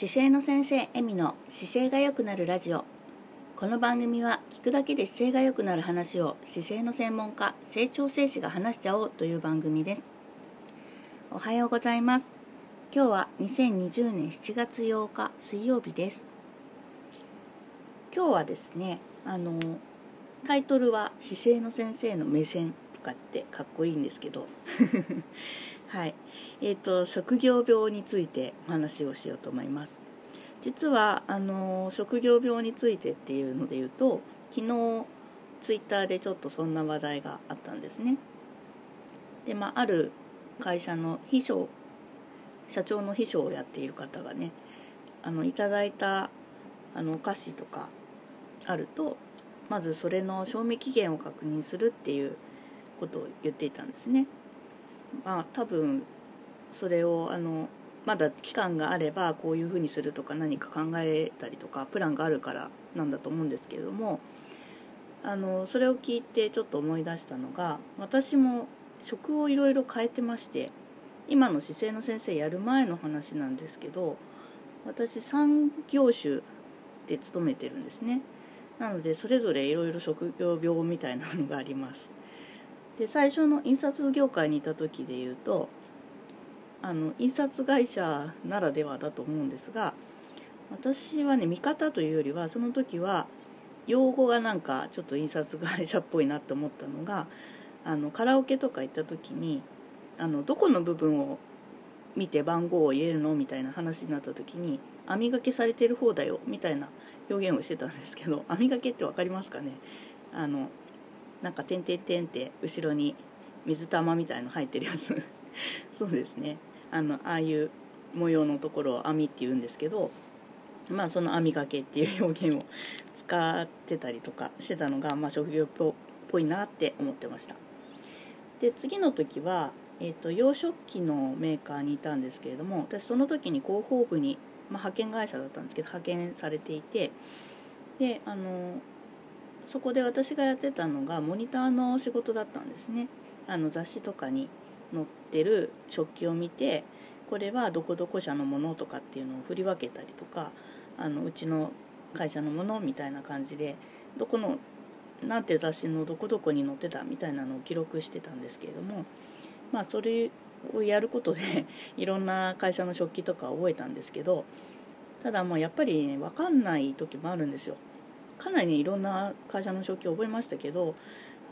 姿勢の先生エミの姿勢が良くなるラジオ。この番組は聞くだけで姿勢が良くなる話を姿勢の専門家、整腸整歯が話しちゃおうという番組です。おはようございます。今日は2020年7月8日水曜日です。今日はですね、タイトルは姿勢の先生の目線とかってかっこいいんですけどはい、職業病についてお話をしようと思います。実は職業病についてっていうので言うと、昨日ツイッターでちょっとそんな話題があったんですね。で、ある会社の社長の秘書をやっている方がね、いただいたお菓子とかあると、まずそれの賞味期限を確認するっていうことを言っていたんですね。多分それをまだ期間があればこういうふうにするとか何か考えたりとかプランがあるからなんだと思うんですけれども、それを聞いてちょっと思い出したのが、私も職をいろいろ変えてまして、今の姿勢の先生やる前の話なんですけど、私3業種で勤めてるんですね。なのでそれぞれいろいろ職業病みたいなのがあります。で、最初の印刷業界にいた時で言うと、印刷会社ならではだと思うんですが、私はね、見方というよりはその時は用語がなんかちょっと印刷会社っぽいなって思ったのが、カラオケとか行った時にどこの部分を見て番号を入れるのみたいな話になった時に、網掛けされてる方だよみたいな表現をしてたんですけど、網掛けって分かりますかね。なんか点々点って後ろに水玉みたいの入ってるやつそうですね、ああいう模様のところを網って言うんですけど、その網掛けっていう表現を使ってたりとかしてたのが、職業っぽいなって思ってました。で、次の時は、洋食器のメーカーにいたんですけれども、私その時に広報部に、派遣会社だったんですけど派遣されていて、でそこで私がやってたのがモニターの仕事だったんですね。雑誌とかに載ってる食器を見て、これはどこどこ社のものとかっていうのを振り分けたりとか、うちの会社のものみたいな感じで、どこのなんて雑誌のどこどこに載ってたみたいなのを記録してたんですけれども、それをやることでいろんな会社の食器とか覚えたんですけど、ただやっぱり、分かんない時もあるんですよ。かなりいろんな会社の食器を覚えましたけど、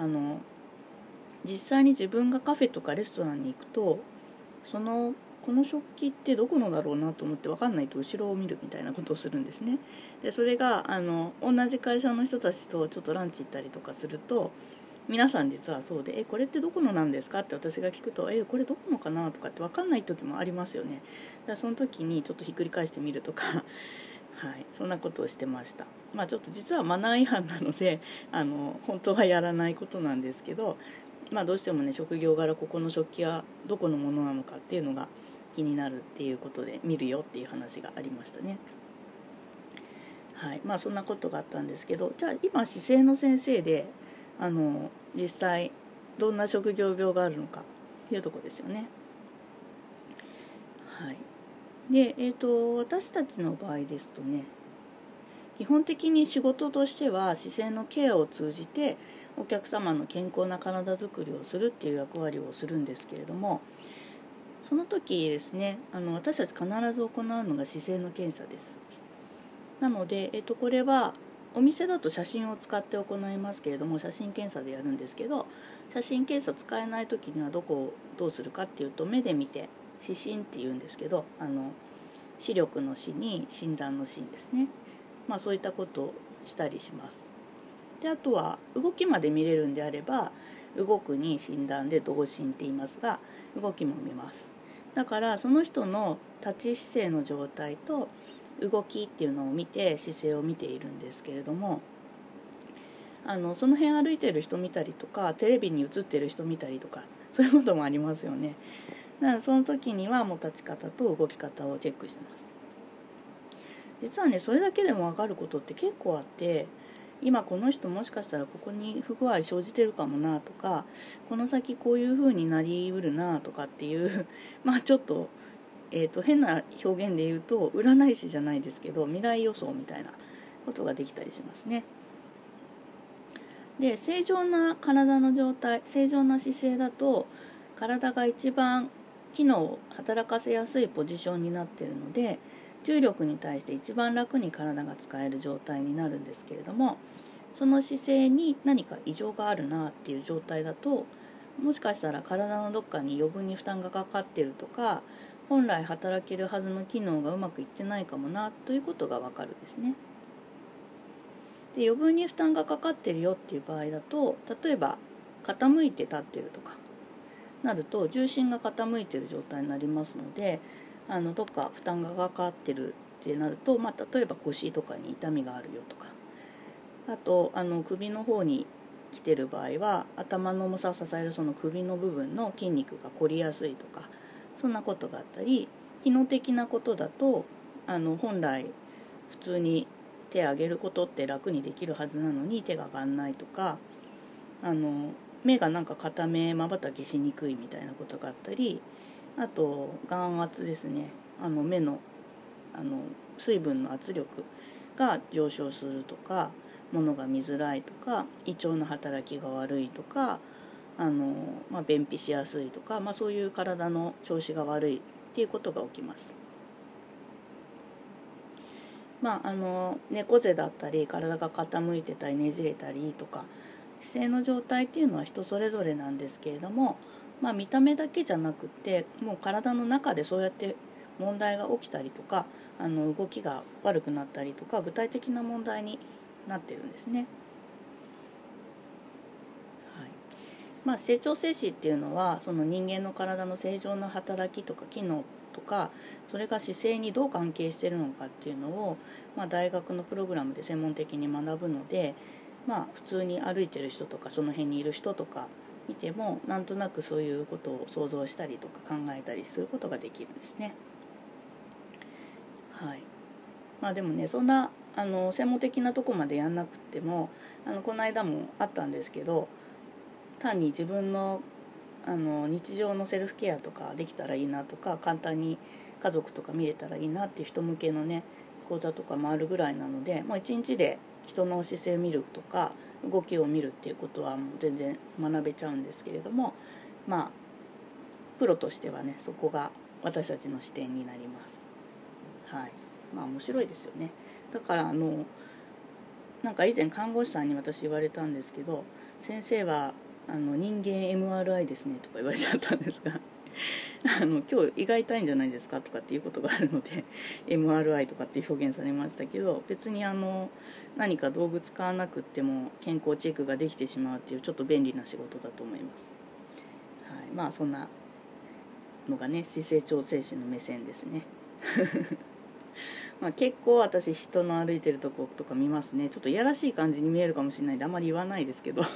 実際に自分がカフェとかレストランに行くと、この食器ってどこのだろうなと思って分かんないと後ろを見るみたいなことをするんですね。で、それが同じ会社の人たちとちょっとランチ行ったりとかすると、皆さん実はそうで、これってどこのなんですかって私が聞くと、これどこのかなとかって分かんない時もありますよね。だからその時にちょっとひっくり返してみるとかはい、そんなことをしてました。ちょっと実はマナー違反なので本当はやらないことなんですけど、どうしてもね、職業柄ここの食器はどこのものなのかっていうのが気になるっていうことで見るよっていう話がありましたね。はい、そんなことがあったんですけど、じゃあ今姿勢の先生で実際どんな職業病があるのかっていうところですよね。はい。で、私たちの場合ですとね、基本的に仕事としては姿勢のケアを通じてお客様の健康な体づくりをするっていう役割をするんですけれども、その時ですね、私たち必ず行うのが姿勢の検査です。なので、これはお店だと写真を使って行いますけれども、写真検査でやるんですけど、写真検査使えない時にはどこをどうするかっていうと、目で見て視診っていうんですけど、視力の視に診断の診ですね。そういったことをしたりします。で、あとは動きまで見れるんであれば、動くに診断で動診って言いますが、動きも見ます。だからその人の立ち姿勢の状態と動きっていうのを見て姿勢を見ているんですけれども、その辺歩いてる人見たりとか、テレビに映ってる人見たりとか、そういうこともありますよね。だからその時にはもう立ち方と動き方をチェックしてます。実はね、それだけでも分かることって結構あって、今この人もしかしたらここに不具合生じてるかもなとか、この先こういう風になりうるなとかっていうちょっと変な表現で言うと占い師じゃないですけど未来予想みたいなことができたりしますね。で、正常な体の状態、正常な姿勢だと体が一番機能を働かせやすいポジションになっているので、重力に対して一番楽に体が使える状態になるんですけれども、その姿勢に何か異常があるなっていう状態だと、もしかしたら体のどっかに余分に負担がかかっているとか、本来働けるはずの機能がうまくいってないかもなということがわかるんですね。で、余分に負担がかかってるよっていう場合だと、例えば傾いて立ってるとかなると重心が傾いてる状態になりますので、どっか負担がかかってるってなると、例えば腰とかに痛みがあるよとか、あと首の方に来てる場合は頭の重さを支えるその首の部分の筋肉が凝りやすいとか、そんなことがあったり、機能的なことだと本来普通に手を上げることって楽にできるはずなのに手が上がんないとか、目がなんか片目まばたきしにくいみたいなことがあったり、あと眼圧ですね、目の水分の圧力が上昇するとか、物が見づらいとか、胃腸の働きが悪いとか、便秘しやすいとか、そういう体の調子が悪いっていうことが起きます。猫背だったり体が傾いてたりねじれたりとか、姿勢の状態っていうのは人それぞれなんですけれども、見た目だけじゃなくて、もう体の中でそうやって問題が起きたりとか、動きが悪くなったりとか、具体的な問題になってるんですね。成長性子っていうのは、その人間の体の正常な働きとか機能とか、それが姿勢にどう関係しているのかっていうのを、大学のプログラムで専門的に学ぶので、普通に歩いてる人とかその辺にいる人とか見ても、なんとなくそういうことを想像したりとか考えたりすることができるんですね。でもね、そんな専門的なとこまでやんなくっても、この間もあったんですけど、単に自分の日常のセルフケアとかできたらいいなとか、簡単に家族とか見れたらいいなっていう人向けのね講座とかもあるぐらいなので、もう一日で人の姿勢を見るとか動きを見るっていうことはもう全然学べちゃうんですけれども、プロとしてはね、そこが私たちの視点になります。面白いですよね。だからなんか以前看護師さんに私言われたんですけど、先生は人間 MRI ですねとか言われちゃったんですが今日胃が痛いんじゃないですかとかっていうことがあるのでMRI とかって表現されましたけど、別に何か道具使わなくっても健康チェックができてしまうっていう、ちょっと便利な仕事だと思います。そんなのがね、姿勢調整士の目線ですね結構私人の歩いてるとことか見ますね。ちょっといやらしい感じに見えるかもしれないんであまり言わないですけど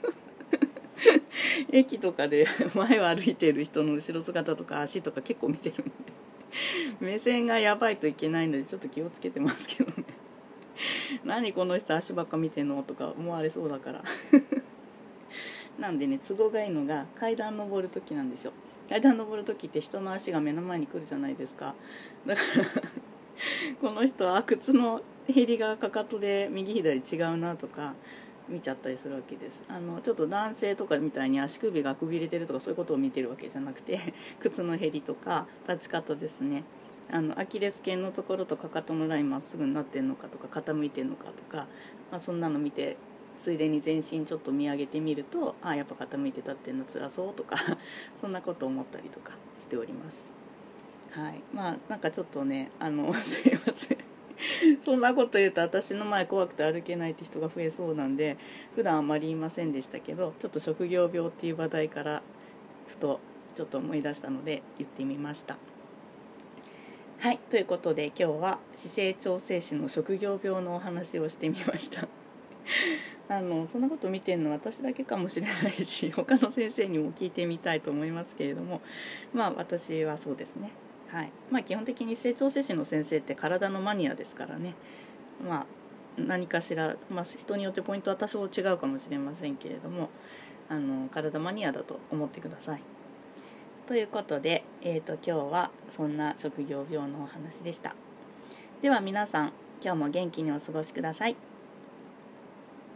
駅とかで前を歩いている人の後ろ姿とか足とか結構見てるんで目線がやばいといけないのでちょっと気をつけてますけどね何この人足ばっか見てんのとか思われそうだからなんでね、都合がいいのが階段登る時なんですよ。階段登る時って人の足が目の前に来るじゃないですか。だからこの人は靴の減りがかかとで右左違うなとか見ちゃったりするわけです。ちょっと男性とかみたいに足首がくびれてるとかそういうことを見てるわけじゃなくて靴の減りとか立ち方ですね。アキレス腱のところとかかとのラインまっすぐになってんのかとか傾いてんのかとか、そんなの見て、ついでに全身ちょっと見上げてみると、やっぱ傾いて立ってんのつらそうとかそんなことを思ったりとかしております。なんかちょっとねすいませんそんなこと言うと私の前怖くて歩けないって人が増えそうなんで、普段あまり言いませんでしたけど、ちょっと職業病っていう話題からふとちょっと思い出したので言ってみました。ということで今日は姿勢調整士の職業病のお話をしてみましたそんなこと見てるの私だけかもしれないし、他の先生にも聞いてみたいと思いますけれども、私はそうですね。基本的に姿勢調整士の先生って体のマニアですからね、何かしら、人によってポイントは多少違うかもしれませんけれども、体マニアだと思ってください。 ということで、今日はそんな職業病のお話でした。では皆さん、今日も元気にお過ごしください。